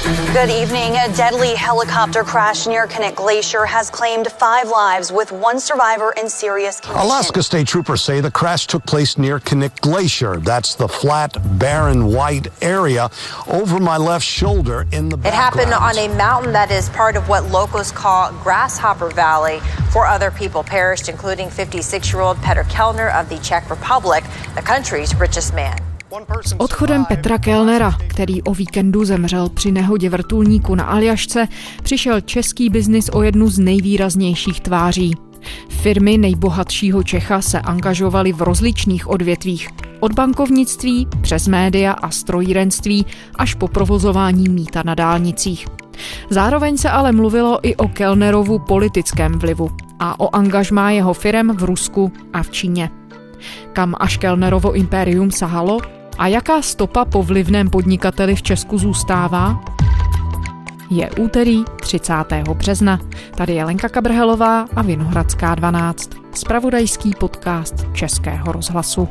Good evening. A deadly helicopter crash near Knik Glacier has claimed 5 lives with one survivor in serious condition. Alaska state troopers say the crash took place near Knik Glacier. That's the flat, barren, white area over my left shoulder in the background. It happened on a mountain that is part of what locals call Grasshopper Valley. 4 other people perished, including 56-year-old Petr Kellner of the Czech Republic, the country's richest man. Odchodem Petra Kellnera, který o víkendu zemřel při nehodě vrtulníku na Aljašce, přišel český biznis o jednu z nejvýraznějších tváří. Firmy nejbohatšího Čecha se angažovaly v rozličných odvětvích, od bankovnictví přes média a strojírenství až po provozování mýta na dálnicích. Zároveň se ale mluvilo i o Kellnerovu politickém vlivu a o angažmá jeho firem v Rusku a v Číně. Kam až Kellnerovo impérium sahalo a jaká stopa po vlivném podnikateli v Česku zůstává? Je úterý 30. března. Tady je Lenka Kabrhelová a Vinohradská 12. Zpravodajský podcast Českého rozhlasu.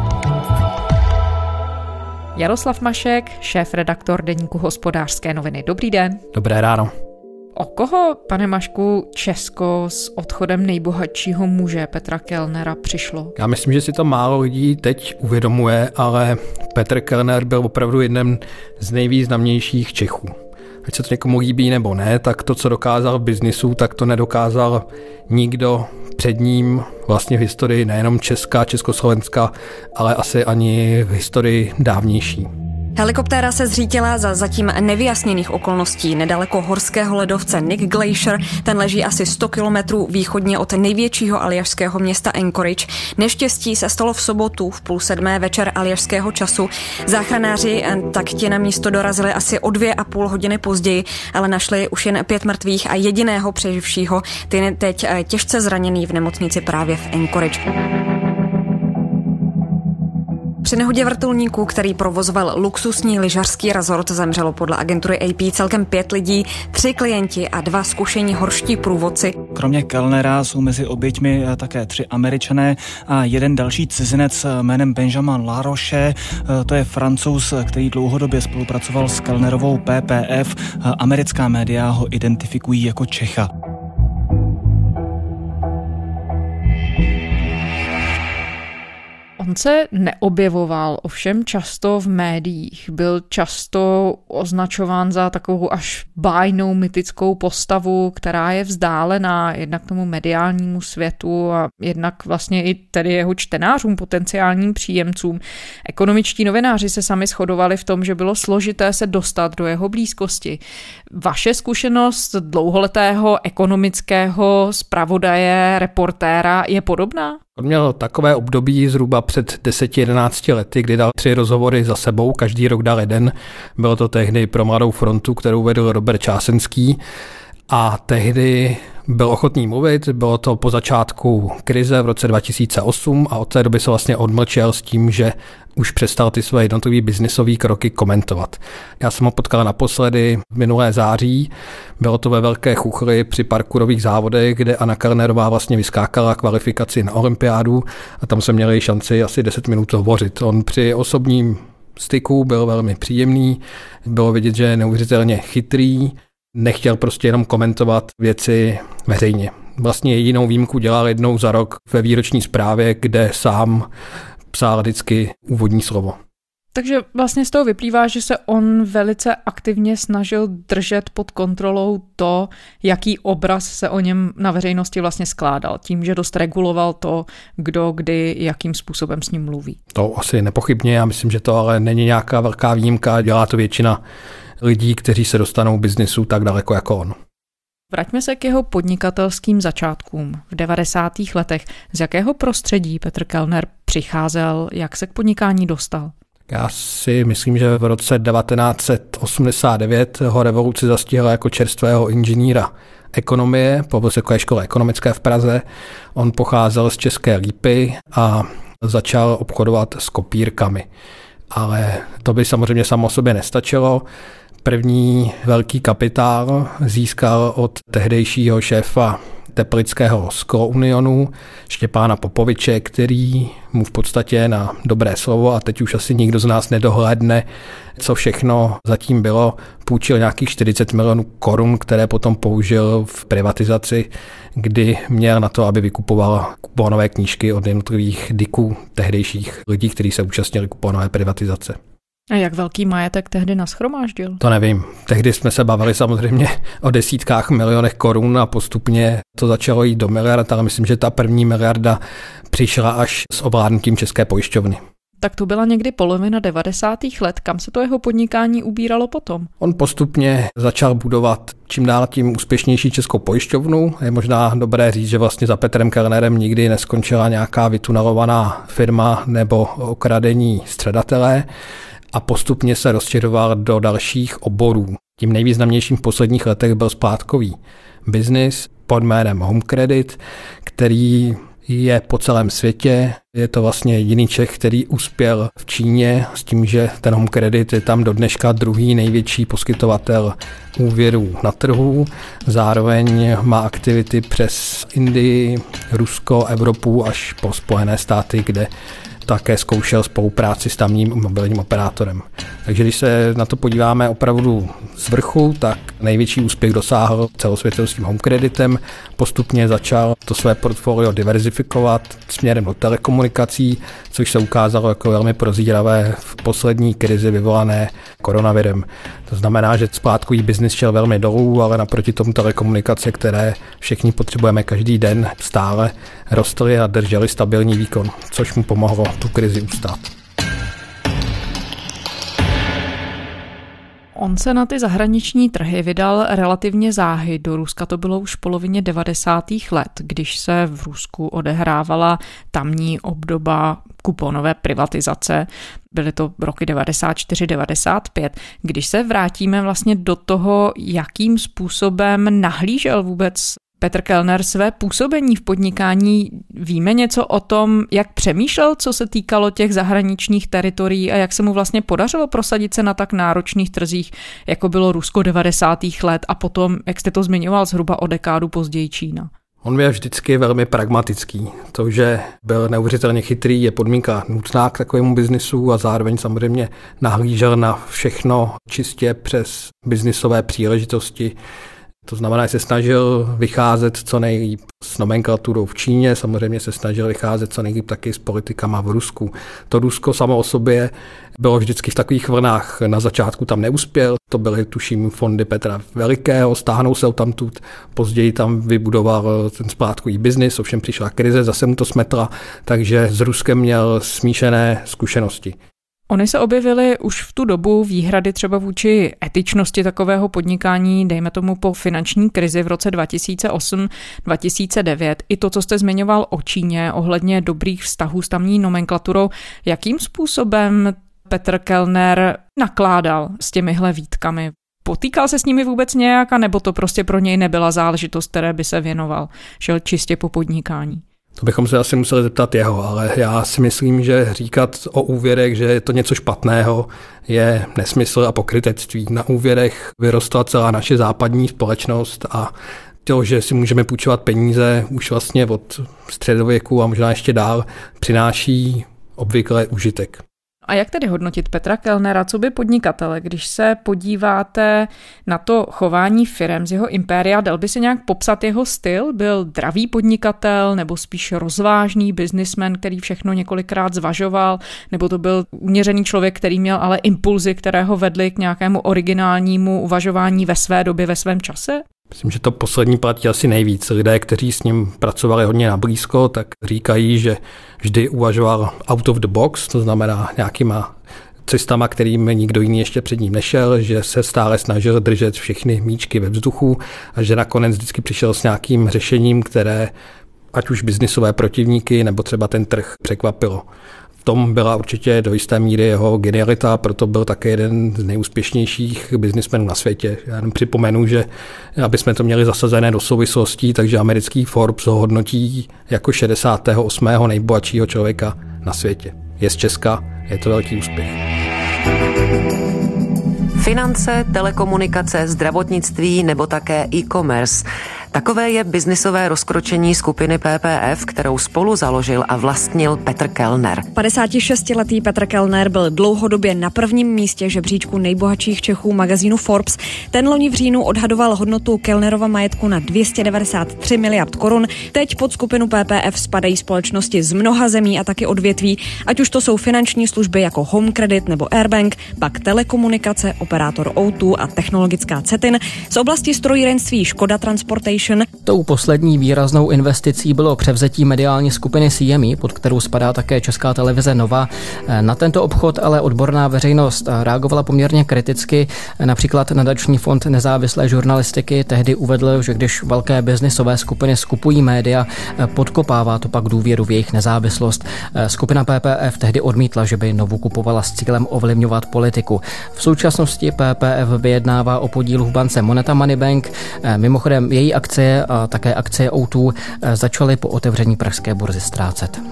Jaroslav Mašek, šéfredaktor deníku Hospodářské noviny. Dobrý den. Dobré ráno. O koho, pane Mašku, Česko s odchodem nejbohatšího muže Petra Kellnera přišlo? Já myslím, že si to málo lidí teď uvědomuje, ale Petr Kellner byl opravdu jedním z nejvýznamnějších Čechů. Ať se to někomu líbí nebo ne, tak to, co dokázal v biznisu, tak to nedokázal nikdo před ním vlastně v historii nejenom Česka, Československa, ale asi ani v historii dávnější. Helikoptéra se zřítila za zatím nevyjasněných okolností nedaleko horského ledovce Knik Glacier. Ten leží asi 100 kilometrů východně od největšího aljašského města Anchorage. Neštěstí se stalo v sobotu v 6:30 večer aljašského času. Záchranáři tak ti na místo dorazili asi o 2,5 hodiny později, ale našli už jen 5 mrtvých a jediného přeživšího. Ten je teď těžce zraněný v nemocnici právě v Anchorage. Při nehodě vrtulníku, který provozoval luxusní lyžařský rezort, zemřelo podle agentury AP celkem 5 lidí, 3 klienti a 2 zkušení horští průvodci. Kromě Kellnera jsou mezi oběťmi také 3 Američané a jeden další cizinec jménem Benjamin Laroche. To je Francouz, který dlouhodobě spolupracoval s Kellnerovou PPF. Americká média ho identifikují jako Čecha. On se neobjevoval, ovšem často v médiích. Byl často označován za takovou až bájnou mytickou postavu, která je vzdálená jednak tomu mediálnímu světu a jednak vlastně i tedy jeho čtenářům, potenciálním příjemcům. Ekonomičtí novináři se sami shodovali v tom, že bylo složité se dostat do jeho blízkosti. Vaše zkušenost dlouholetého ekonomického zpravodaje, reportéra je podobná? On měl takové období zhruba před 10-11 lety, kdy dal 3 rozhovory za sebou, každý rok dal jeden. Bylo to tehdy pro Mladou frontu, kterou vedl Robert Čásenský. A tehdy byl ochotný mluvit, bylo to po začátku krize v roce 2008 a od té doby se vlastně odmlčel s tím, že už přestal ty své jednotlivé biznisové kroky komentovat. Já jsem ho potkal naposledy v minulé září, bylo to ve Velké Chuchli při parkourových závodech, kde Anna Kellnerová vlastně vyskákala kvalifikaci na olympiádu a tam jsme měli šanci asi 10 minut hovořit. On při osobním styku byl velmi příjemný, bylo vidět, že je neuvěřitelně chytrý, nechtěl prostě jenom komentovat věci veřejně. Vlastně jedinou výjimku dělal jednou za rok ve výroční zprávě, kde sám psal vždycky úvodní slovo. Takže vlastně z toho vyplývá, že se on velice aktivně snažil držet pod kontrolou to, jaký obraz se o něm na veřejnosti vlastně skládal. Tím, že dost reguloval to, kdo, kdy, jakým způsobem s ním mluví. To asi nepochybně, já myslím, že to ale není nějaká velká výjimka, dělá to většina lidí, kteří se dostanou v biznisu tak daleko jako on. Vraťme se k jeho podnikatelským začátkům v 90. letech. Z jakého prostředí Petr Kellner přicházel, jak se k podnikání dostal? Já si myslím, že v roce 1989 ho revoluce zastihla jako čerstvého inženýra ekonomie po Vysoké škole ekonomické v Praze. On pocházel z České Lípy a začal obchodovat s kopírkami. Ale to by samozřejmě samo o sobě nestačilo. První velký kapitál získal od tehdejšího šéfa teplického Sklo-Unionu, Štěpána Popoviče, který mu v podstatě na dobré slovo, a teď už asi nikdo z nás nedohlédne, co všechno zatím bylo, půjčil nějakých 40 milionů korun, které potom použil v privatizaci, kdy měl na to, aby vykupoval kuponové knížky od jednotlivých diků tehdejších lidí, kteří se účastnili kuponové privatizace. A jak velký majetek tehdy nashromáždil? To nevím. Tehdy jsme se bavili samozřejmě o desítkách milionech korun a postupně to začalo jít do miliard, ale myslím, že ta první miliarda přišla až s ovládnutím České pojišťovny. Tak to byla někdy polovina 90. let. Kam se to jeho podnikání ubíralo potom? On postupně začal budovat čím dál tím úspěšnější Českou pojišťovnu. Je možná dobré říct, že vlastně za Petrem Kellnerem nikdy neskončila nějaká vytunelovaná firma nebo okradení středatelé a postupně se rozšiřoval do dalších oborů. Tím nejvýznamnějším v posledních letech byl splátkový biznis pod jménem Home Credit, který je po celém světě. Je to vlastně jediný Čech, který uspěl v Číně s tím, že ten Home Credit je tam do dneška druhý největší poskytovatel úvěrů na trhu. Zároveň má aktivity přes Indii, Rusko, Evropu až po Spojené státy, kde také zkoušel spolupráci s tamním mobilním operátorem. Takže když se na to podíváme opravdu z vrchu, tak největší úspěch dosáhl celosvětově s tím Home Creditem. Postupně začal to své portfolio diverzifikovat směrem do telekomunikací, což se ukázalo jako velmi prozíravé v poslední krizi vyvolané koronavirem. To znamená, že splátkový biznis šel velmi dolů, ale naproti tomu telekomunikace, které všichni potřebujeme každý den, stále rostly a drželi stabilní výkon, což mu pomohlo tu krizi ustát. On se na ty zahraniční trhy vydal relativně záhy. Do Ruska to bylo už v polovině 90. let, když se v Rusku odehrávala tamní obdoba kuponové privatizace. Byly to roky 94-95. Když se vrátíme vlastně do toho, jakým způsobem nahlížel vůbec Petr Kellner své působení v podnikání, víme něco o tom, jak přemýšlel, co se týkalo těch zahraničních teritorií a jak se mu vlastně podařilo prosadit se na tak náročných trzích, jako bylo Rusko 90. let a potom, jak jste to zmiňoval, zhruba o dekádu později Čína. On byl vždycky velmi pragmatický. To, že byl neuvěřitelně chytrý, je podmínka nutná k takovému biznisu a zároveň samozřejmě nahlížel na všechno čistě přes biznisové příležitosti. To znamená, že se snažil vycházet co nejlíp s nomenklaturou v Číně, samozřejmě se snažil vycházet co nejlíp taky s politikama v Rusku. To Rusko samo o sobě bylo vždycky v takových vlnách. Na začátku tam neuspěl, to byly tuším fondy Petra Velikého, stáhnul se tamtud, později tam vybudoval ten splátkový biznis, ovšem přišla krize, zase mu to smetla, takže s Ruskem měl smíšené zkušenosti. Ony se objevily už v tu dobu výhrady třeba vůči etičnosti takového podnikání, dejme tomu po finanční krizi v roce 2008-2009. I to, co jste zmiňoval o Číně, ohledně dobrých vztahů s tamní nomenklaturou. Jakým způsobem Petr Kellner nakládal s těmihle výtkami? Potýkal se s nimi vůbec nějak, nebo to prostě pro něj nebyla záležitost, které by se věnoval? Šel čistě po podnikání? To bychom se asi museli zeptat jeho, ale já si myslím, že říkat o úvěrech, že je to něco špatného, je nesmysl a pokrytectví. Na úvěrech vyrostla celá naše západní společnost a to, že si můžeme půjčovat peníze už vlastně od středověku a možná ještě dál, přináší obvykle užitek. A jak tedy hodnotit Petra Kellnera, co by podnikatele, když se podíváte na to chování firem z jeho impéria, dal by se nějak popsat jeho styl? Byl dravý podnikatel nebo spíš rozvážný biznismen, který všechno několikrát zvažoval, nebo to byl uměřený člověk, který měl ale impulzy, které ho vedly k nějakému originálnímu uvažování ve své době, ve svém čase? Myslím, že to poslední platí asi nejvíc. Lidé, kteří s ním pracovali hodně na blízko, tak říkají, že vždy uvažoval out of the box, to znamená nějakýma cestama, kterým nikdo jiný ještě před ním nešel, že se stále snažil držet všechny míčky ve vzduchu a že nakonec vždycky přišel s nějakým řešením, které ať už biznisové protivníky nebo třeba ten trh překvapilo. V tom byla určitě do jisté míry jeho genialita, proto byl také jeden z nejúspěšnějších biznismenů na světě. Já jenom připomenu, že aby jsme to měli zasazené do souvislostí, takže americký Forbes ho hodnotí jako 68. nejbohatšího člověka na světě. Je z Česka, je to velký úspěch. Finance, telekomunikace, zdravotnictví nebo také e-commerce. Takové je biznisové rozkročení skupiny PPF, kterou spolu založil a vlastnil Petr Kellner. 56letý Petr Kellner byl dlouhodobě na prvním místě žebříčku nejbohatších Čechů magazínu Forbes. Ten loni v říjnu odhadoval hodnotu Kellnerova majetku na 293 miliard korun. Teď pod skupinu PPF spadají společnosti z mnoha zemí a taky odvětví, ať už to jsou finanční služby jako Home Credit nebo Airbank, pak telekomunikace, operátor O2 a technologická Cetin, z oblasti strojírenství Škoda Transportation. Tou poslední výraznou investicí bylo převzetí mediální skupiny CME, pod kterou spadá také Česká televize Nova. Na tento obchod ale odborná veřejnost reagovala poměrně kriticky. Například Nadační fond nezávislé žurnalistiky tehdy uvedl, že když velké biznisové skupiny skupují média, podkopává to pak důvěru v jejich nezávislost. Skupina PPF tehdy odmítla, že by Novu kupovala s cílem ovlivňovat politiku. V současnosti PPF vyjednává o podílu v bance Moneta Money Bank. Mimochodem její akcie a také akcie O2 začaly po otevření pražské burzy ztrácet.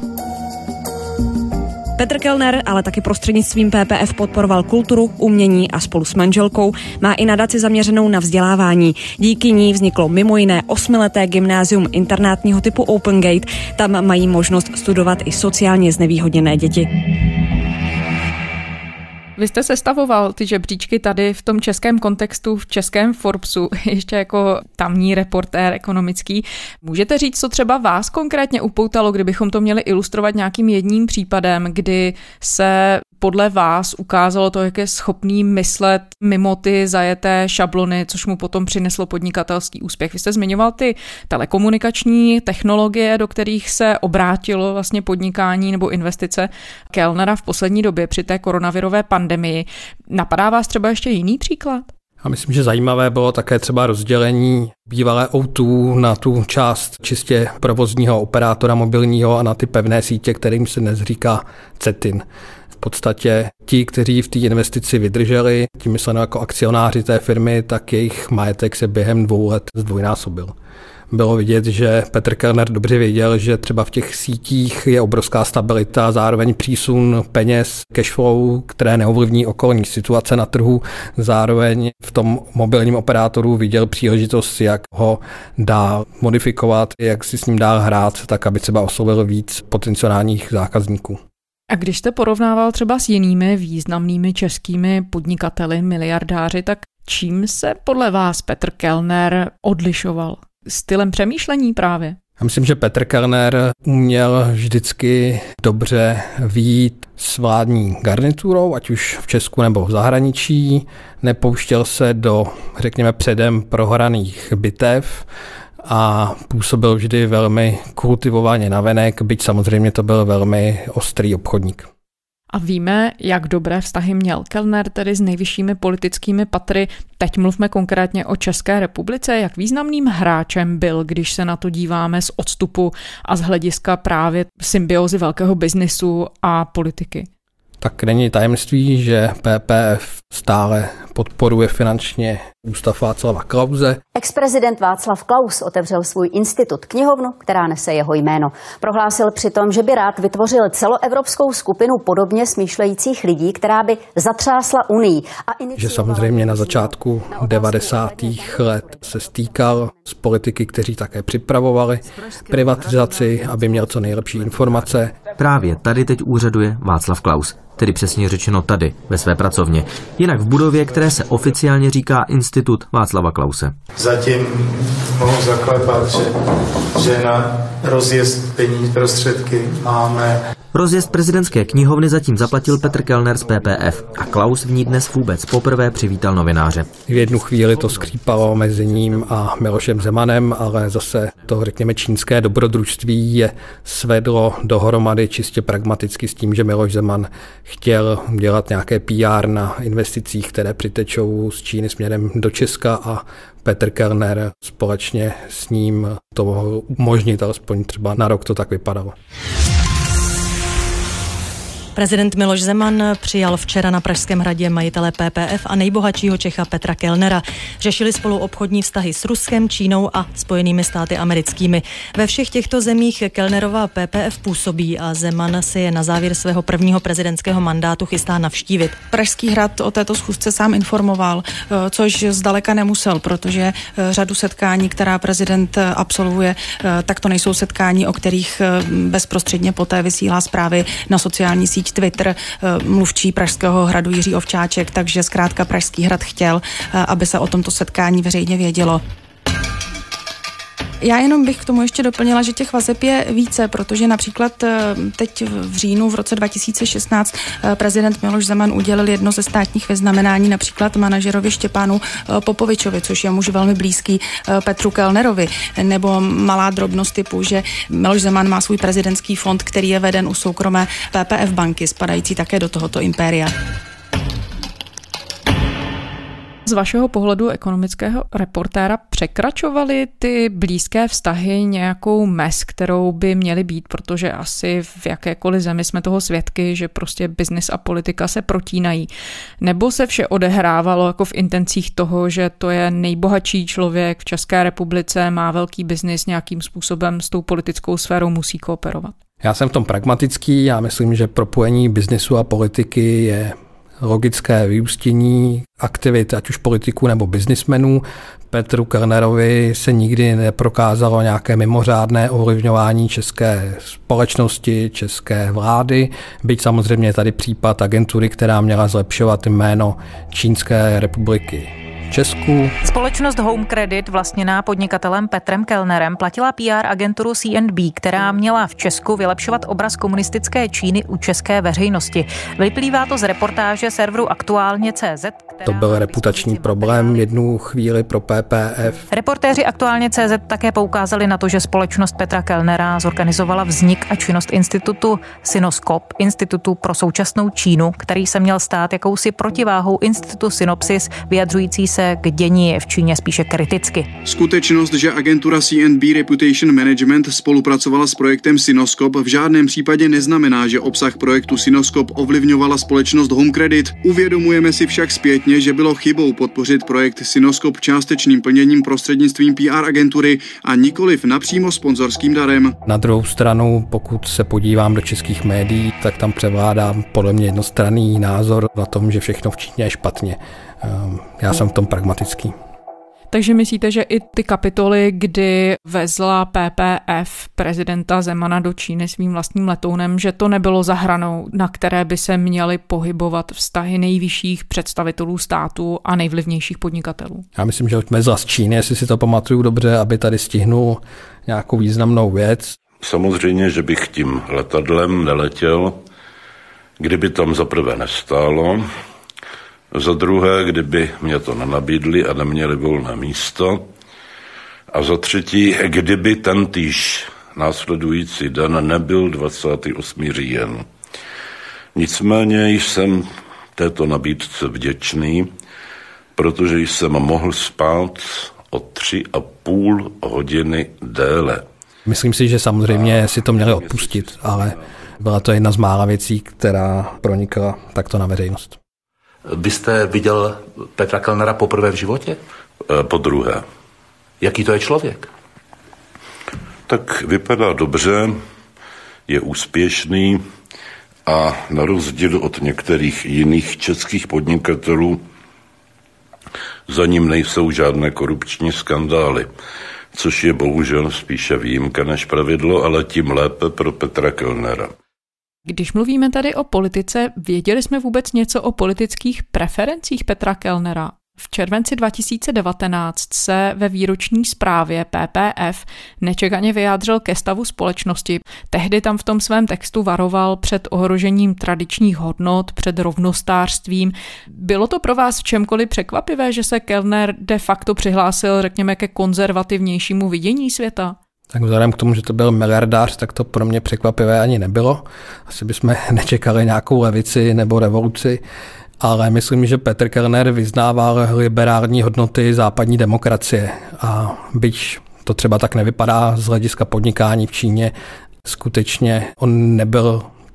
Petr Kellner ale taky prostřednictvím PPF podporoval kulturu, umění a spolu s manželkou má i nadaci zaměřenou na vzdělávání. Díky ní vzniklo mimo jiné 8leté gymnázium internátního typu Open Gate. Tam mají možnost studovat i sociálně znevýhodněné děti. Vy jste sestavoval ty žebříčky tady v tom českém kontextu, v českém Forbesu, ještě jako tamní reportér ekonomický. Můžete říct, co třeba vás konkrétně upoutalo, kdybychom to měli ilustrovat nějakým jedním případem, kdy se podle vás ukázalo to, jak je schopný myslet mimo ty zajeté šablony, což mu potom přineslo podnikatelský úspěch. Vy jste zmiňoval ty telekomunikační technologie, do kterých se obrátilo vlastně podnikání nebo investice Kellnera v poslední době při té koronavirové pandemii. Napadá vás třeba ještě jiný příklad? A myslím, že zajímavé bylo také třeba rozdělení bývalé O2 na tu část čistě provozního operátora mobilního a na ty pevné sítě, kterým se dnes říká Cetin. V podstatě ti, kteří v té investici vydrželi, tím myšleno jako akcionáři té firmy, tak jejich majetek se během 2 let zdvojnásobil. Bylo vidět, že Petr Kellner dobře věděl, že třeba v těch sítích je obrovská stabilita, zároveň přísun peněz, cashflow, které neovlivní okolní situace na trhu. Zároveň v tom mobilním operátoru viděl příležitost, jak ho dál modifikovat, jak si s ním dál hrát, tak aby třeba oslovil víc potenciálních zákazníků. A když jste porovnával třeba s jinými významnými českými podnikateli, miliardáři, tak čím se podle vás Petr Kellner odlišoval? Stylem přemýšlení právě? Já myslím, že Petr Kellner uměl vždycky dobře vyjít s vládní garniturou, ať už v Česku nebo v zahraničí. Nepouštěl se do, řekněme, předem prohraných bitev a působil vždy velmi kultivovaně navenek, byť samozřejmě to byl velmi ostrý obchodník. A víme, jak dobré vztahy měl Kellner tedy s nejvyššími politickými patry. Teď mluvme konkrétně o České republice. Jak významným hráčem byl, když se na to díváme z odstupu a z hlediska právě symbiozy velkého biznisu a politiky? Tak není tajemství, že PPF stále podporuje finančně Ústav Václava Klause. Ex-prezident Václav Klaus otevřel svůj institut, knihovnu, která nese jeho jméno. Prohlásil přitom, že by rád vytvořil celoevropskou skupinu podobně smýšlejících lidí, která by zatřásla Unii. Že samozřejmě na začátku 90. let se stýkal s politiky, kteří také připravovali privatizaci, aby měl co nejlepší informace. Právě tady teď úřaduje Václav Klaus. Tedy přesně řečeno tady, ve své pracovně. Jinak v budově, které se oficiálně říká Institut Václava Klause. Zatím mohu zaklepat, že na rozjezd peníz prostředky máme. Rozjezd prezidentské knihovny zatím zaplatil Petr Kellner z PPF a Klaus v ní dnes vůbec poprvé přivítal novináře. V jednu chvíli to skřípalo mezi ním a Milošem Zemanem, ale zase to, řekněme, čínské dobrodružství je svedlo dohromady čistě pragmaticky s tím, že Miloš Zeman chtěl dělat nějaké PR na investicích, které přitečou z Číny směrem do Česka a Petr Kellner společně s ním to mohl umožnit, alespoň třeba na rok to tak vypadalo. Prezident Miloš Zeman přijal včera na Pražském hradě majitele PPF a nejbohatšího Čecha Petra Kellnera. Řešili spolu obchodní vztahy s Ruskem, Čínou a Spojenými státy americkými. Ve všech těchto zemích Kellnerova PPF působí a Zeman si je na závěr svého prvního prezidentského mandátu chystá navštívit. Pražský hrad o této schůzce sám informoval, což zdaleka nemusel, protože řadu setkání, která prezident absolvuje, tak to nejsou setkání, o kterých bezprostředně poté vysílá zprávy na sociální síť Twitter mluvčí Pražského hradu Jiří Ovčáček, takže zkrátka Pražský hrad chtěl, aby se o tomto setkání veřejně vědělo. Já jenom bych k tomu ještě doplnila, že těch vazeb je více, protože například teď v říjnu v roce 2016 prezident Miloš Zeman udělil jedno ze státních vyznamenání například manažerovi Štěpánu Popovičovi, což je muž velmi blízký Petru Kellnerovi, nebo malá drobnost typu, že Miloš Zeman má svůj prezidentský fond, který je veden u soukromé PPF banky, spadající také do tohoto impéria. Z vašeho pohledu ekonomického reportéra překračovaly ty blízké vztahy nějakou mez, kterou by měly být, protože asi v jakékoliv zemi jsme toho svědky, že prostě biznis a politika se protínají. Nebo se vše odehrávalo jako v intencích toho, že to je nejbohatší člověk v České republice, má velký biznis, nějakým způsobem s tou politickou sférou musí kooperovat? Já jsem v tom pragmatický, já myslím, že propojení biznisu a politiky je logické vyústění aktivit, ať už politiků nebo biznismenů. Petru Kellnerovi se nikdy neprokázalo nějaké mimořádné ovlivňování české společnosti, české vlády, byť samozřejmě je tady případ agentury, která měla zlepšovat jméno Čínské republiky Česku. Společnost Home Credit, vlastněná podnikatelem Petrem Kellnerem, platila PR agenturu C&B, která měla v Česku vylepšovat obraz komunistické Číny u české veřejnosti. Vyplývá to z reportáže serveru Aktuálně.cz. To byl reputační problém jednu chvíli pro PPF. Reportéři Aktuálně.cz také poukázali na to, že společnost Petra Kellnera zorganizovala vznik a činnost institutu Sinoskop, Institutu pro současnou Čínu, který se měl stát jakousi protiváhou institutu Synopsis, vyjadřující se k dění v Číně spíše kriticky. Skutečnost, že agentura C&B Reputation Management spolupracovala s projektem Sinoskop, v žádném případě neznamená, že obsah projektu Sinoskop ovlivňovala společnost Home Credit. Uvědomujeme si však zpětně, že bylo chybou podpořit projekt Sinoskop částečným plněním prostřednictvím PR agentury a nikoliv napřímo sponzorským darem. Na druhou stranu, pokud se podívám do českých médií, tak tam převládá podle mě jednostranný názor na tom, že všechno v Číně je špatně. Já jsem v tom pragmatický. Takže myslíte, že i ty kapitoly, kdy vezla PPF prezidenta Zemana do Číny svým vlastním letounem, že to nebylo za hranou, na které by se měly pohybovat vztahy nejvyšších představitelů státu a nejvlivnějších podnikatelů? Já myslím, že vezla z Číny, jestli si to pamatuju dobře, aby tady stihnul nějakou významnou věc. Samozřejmě, že bych tím letadlem neletěl, kdyby tam zaprvé nestálo, za druhé, kdyby mě to nenabídli a neměli volné místo. A za třetí, kdyby tentýž následující den nebyl 28. říjen. Nicméně jsem této nabídce vděčný, protože jsem mohl spát o 3,5 hodiny déle. Myslím si, že samozřejmě si to měli odpustit, ale byla to jedna z mála věcí, která pronikla takto na veřejnost. Vy jste viděl Petra Kellnera poprvé v životě? Po druhé. Jaký to je člověk? Tak vypadá dobře, je úspěšný a na rozdíl od některých jiných českých podnikatelů za ním nejsou žádné korupční skandály, což je bohužel spíše výjimka než pravidlo, ale tím lépe pro Petra Kellnera. Když mluvíme tady o politice, věděli jsme vůbec něco o politických preferencích Petra Kellnera? V červenci 2019 se ve výroční zprávě PPF nečekaně vyjádřil ke stavu společnosti. Tehdy tam v tom svém textu varoval před ohrožením tradičních hodnot, před rovnostářstvím. Bylo to pro vás v čemkoliv překvapivé, že se Kellner de facto přihlásil, řekněme, ke konzervativnějšímu vidění světa? Tak vzhledem k tomu, že to byl miliardář, tak to pro mě překvapivé ani nebylo. Asi bychom nečekali nějakou levici nebo revoluci, ale myslím, že Petr Kellner vyznával liberální hodnoty západní demokracie. A byť to třeba tak nevypadá z hlediska podnikání v Číně, skutečně on nebyl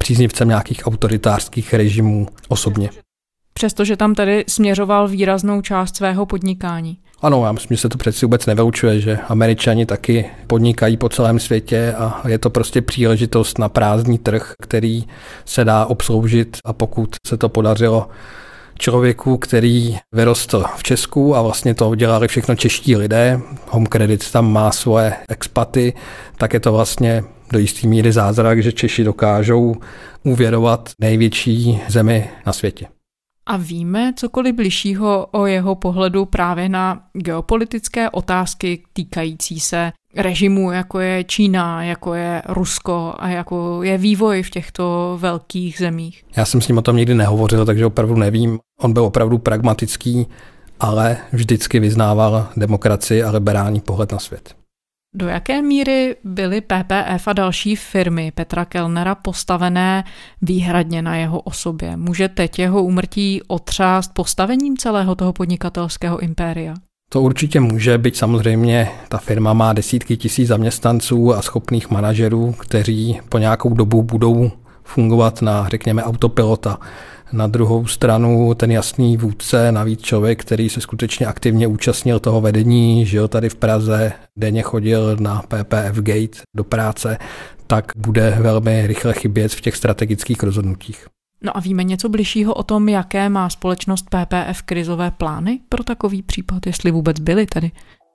příznivcem nějakých autoritářských režimů osobně. Přestože tam tedy směřoval výraznou část svého podnikání. Ano, já myslím, že se to přeci vůbec nevylučuje, že Američani taky podnikají po celém světě a je to prostě příležitost na prázdný trh, který se dá obsloužit, a pokud se to podařilo člověku, který vyrostl v Česku a vlastně to dělali všechno čeští lidé, Home Credit tam má svoje expaty, tak je to vlastně do jisté míry zázrak, že Češi dokážou úvěrovat největší zemi na světě. A víme cokoliv bližšího o jeho pohledu právě na geopolitické otázky týkající se režimu, jako je Čína, jako je Rusko a jako je vývoj v těchto velkých zemích? Já jsem s ním o tom nikdy nehovořil, takže opravdu nevím. On byl opravdu pragmatický, ale vždycky vyznával demokracii a liberální pohled na svět. Do jaké míry byly PPF a další firmy Petra Kellnera postavené výhradně na jeho osobě? Může teď jeho úmrtí otřást postavením celého toho podnikatelského impéria? To určitě může, byť samozřejmě ta firma má desítky tisíc zaměstnanců a schopných manažerů, kteří po nějakou dobu budou fungovat na, řekněme, autopilota. Na druhou stranu ten jasný vůdce, navíc člověk, který se skutečně aktivně účastnil toho vedení, žil tady v Praze, denně chodil na PPF Gate do práce, tak bude velmi rychle chybět v těch strategických rozhodnutích. No a víme něco bližšího o tom, jaké má společnost PPF krizové plány pro takový případ, jestli vůbec byly tady?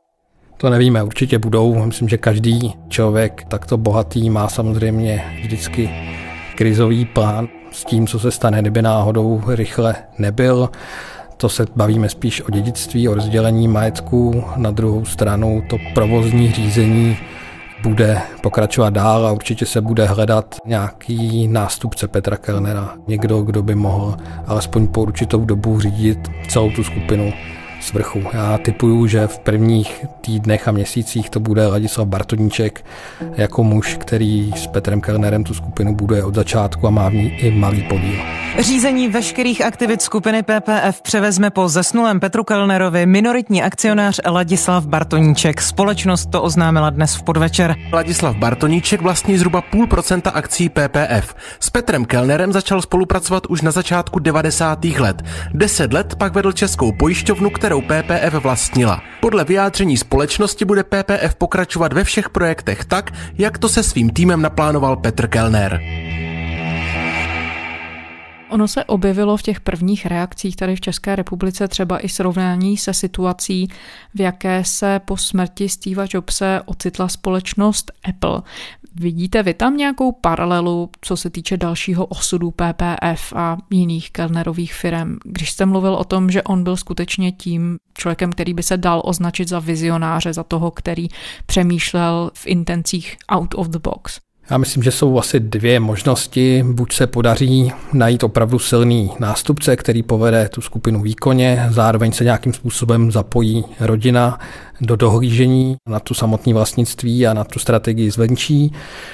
To nevíme, určitě budou. Myslím, že každý člověk takto bohatý má samozřejmě vždycky krizový plán s tím, co se stane, kdyby náhodou rychle nebyl. To se bavíme spíš o dědictví, o rozdělení majetku. Na druhou stranu to provozní řízení bude pokračovat dál a určitě se bude hledat nějaký nástupce Petra Kellnera. Někdo, kdo by mohl alespoň po určitou dobu řídit celou tu skupinu z vrchu. Já tipuju, že v prvních týdnech a měsících to bude Ladislav Bartoníček jako muž, který s Petrem Kellnerem tu skupinu buduje od začátku a má v ní i malý podíl. Řízení veškerých aktivit skupiny PPF převezme po zesnulém Petru Kellnerovi minoritní akcionář Ladislav Bartoníček. Společnost to oznámila dnes v podvečer. Ladislav Bartoníček vlastní zhruba 0,5% akcí PPF. S Petrem Kellnerem začal spolupracovat už na začátku 90. let. 10 let pak vedl českou pojišťovnu, kterou PPF vlastnila. Podle vyjádření společnosti bude PPF pokračovat ve všech projektech tak, jak to se svým týmem naplánoval Petr Kellner. Ono se objevilo v těch prvních reakcích tady v České republice třeba i srovnání se situací, v jaké se po smrti Steva Jobse ocitla společnost Apple. Vidíte vy tam nějakou paralelu, co se týče dalšího osudu PPF a jiných Kellnerových firem? Když jste mluvil o tom, že on byl skutečně tím člověkem, který by se dal označit za vizionáře, za toho, který přemýšlel v intencích out of the box. Já myslím, že jsou asi dvě možnosti. Buď se podaří najít opravdu silný nástupce, který povede tu skupinu výkonně, zároveň se nějakým způsobem zapojí rodina do dohlížení na tu samotné vlastnictví a na tu strategii zvenčí.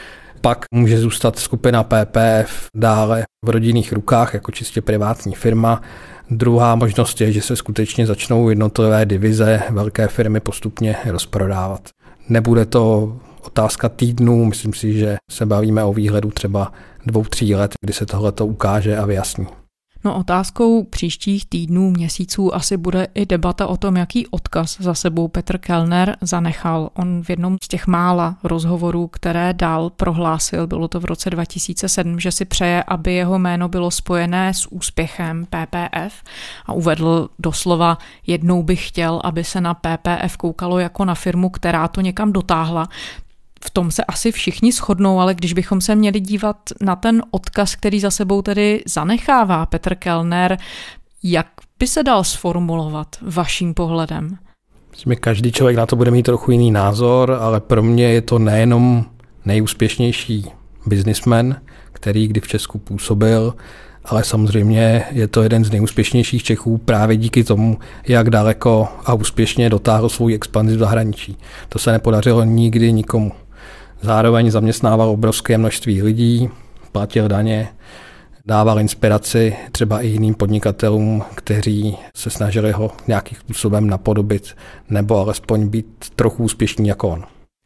Pak může zůstat skupina PPF dále v rodinných rukách jako čistě privátní firma. Druhá možnost je, že se skutečně začnou jednotlivé divize velké firmy postupně rozprodávat. Nebude to otázka týdnů, myslím si, že se bavíme o výhledu třeba 2-3 let, kdy se tohleto ukáže a vyjasní. No, otázkou příštích týdnů, měsíců asi bude i debata o tom, jaký odkaz za sebou Petr Kellner zanechal. On v jednom z těch mála rozhovorů, které dal, prohlásil, bylo to v roce 2007, že si přeje, aby jeho jméno bylo spojené s úspěchem PPF a uvedl doslova: jednou bych chtěl, aby se na PPF koukalo jako na firmu, která to někam dotáhla. V tom se asi všichni shodnou, ale když bychom se měli dívat na ten odkaz, který za sebou tedy zanechává Petr Kellner, jak by se dal sformulovat vaším pohledem? Myslím, že každý člověk na to bude mít trochu jiný názor, ale pro mě je to nejenom nejúspěšnější businessman, který kdy v Česku působil, ale samozřejmě je to jeden z nejúspěšnějších Čechů právě díky tomu, jak daleko a úspěšně dotáhl svou expanzi v zahraničí. To se nepodařilo nikdy nikomu. Zároveň zaměstnával obrovské množství lidí, platil daně, dával inspiraci třeba i jiným podnikatelům, kteří se snažili ho nějakým způsobem napodobit nebo alespoň být trochu úspěšní jako on.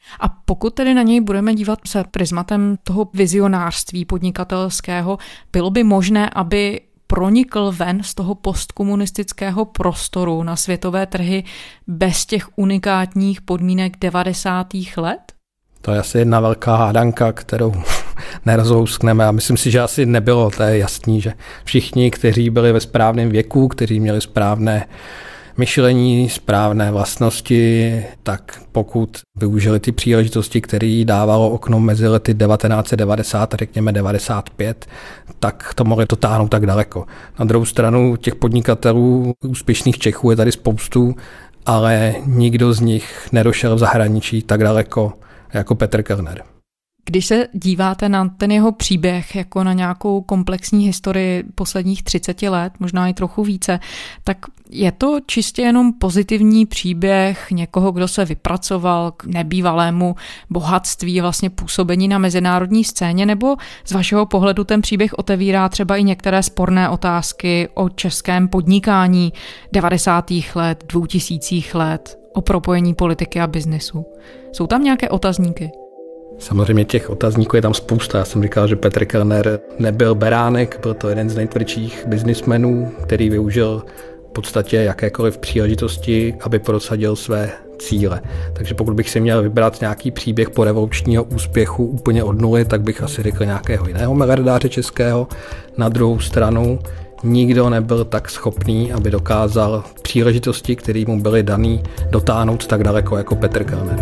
A pokud tedy na něj budeme dívat se prismatem toho vizionářství podnikatelského, bylo by možné, aby pronikl ven z toho postkomunistického prostoru na světové trhy bez těch unikátních podmínek 90. let? To je asi jedna velká hádanka, kterou nerozlouskneme a myslím si, že asi nebylo, to je jasný, že všichni, kteří byli ve správném věku, kteří měli správné myšlení, správné vlastnosti, tak pokud využili ty příležitosti, které dávalo okno mezi lety 1990 a řekněme 95, tak to mohli dotáhnout tak daleko. Na druhou stranu těch podnikatelů úspěšných Čechů je tady spoustu, ale nikdo z nich nedošel v zahraničí tak daleko jako Petr Kellner. Když se díváte na ten jeho příběh jako na nějakou komplexní historii posledních 30 let, možná i trochu více, tak je to čistě jenom pozitivní příběh někoho, kdo se vypracoval k nebývalému bohatství, vlastně působení na mezinárodní scéně, nebo z vašeho pohledu ten příběh otevírá třeba i některé sporné otázky o českém podnikání 90. let, 2000. let, o propojení politiky a biznesu? Jsou tam nějaké otazníky? Samozřejmě těch otazníků je tam spousta. Já jsem říkal, že Petr Kellner nebyl beránek, byl to jeden z nejtvrdších biznismenů, který využil v podstatě jakékoliv příležitosti, aby prosadil své cíle. Takže pokud bych si měl vybrat nějaký příběh po revolučního úspěchu úplně od nuly, tak bych asi řekl nějakého jiného miliardáře českého. Na druhou stranu nikdo nebyl tak schopný, aby dokázal příležitosti, které mu byly daný, dotáhnout tak daleko jako Petr Kellner.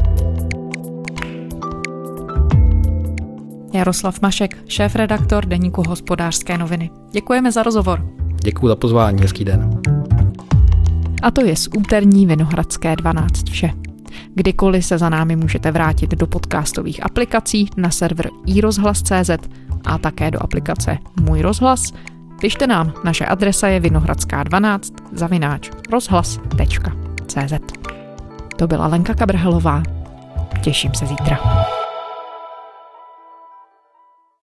Jaroslav Mašek, šéfredaktor deníku Hospodářské noviny. Děkujeme za rozhovor. Děkuji za pozvání, hezký den. A to je z úterní Vinohradské 12 vše. Kdykoliv se za námi můžete vrátit do podcastových aplikací na server iRozhlas.cz a také do aplikace Můj rozhlas. Pište nám, naše adresa je vinohradská12@rozhlas.cz. To byla Lenka Kabrhelová. Těším se zítra.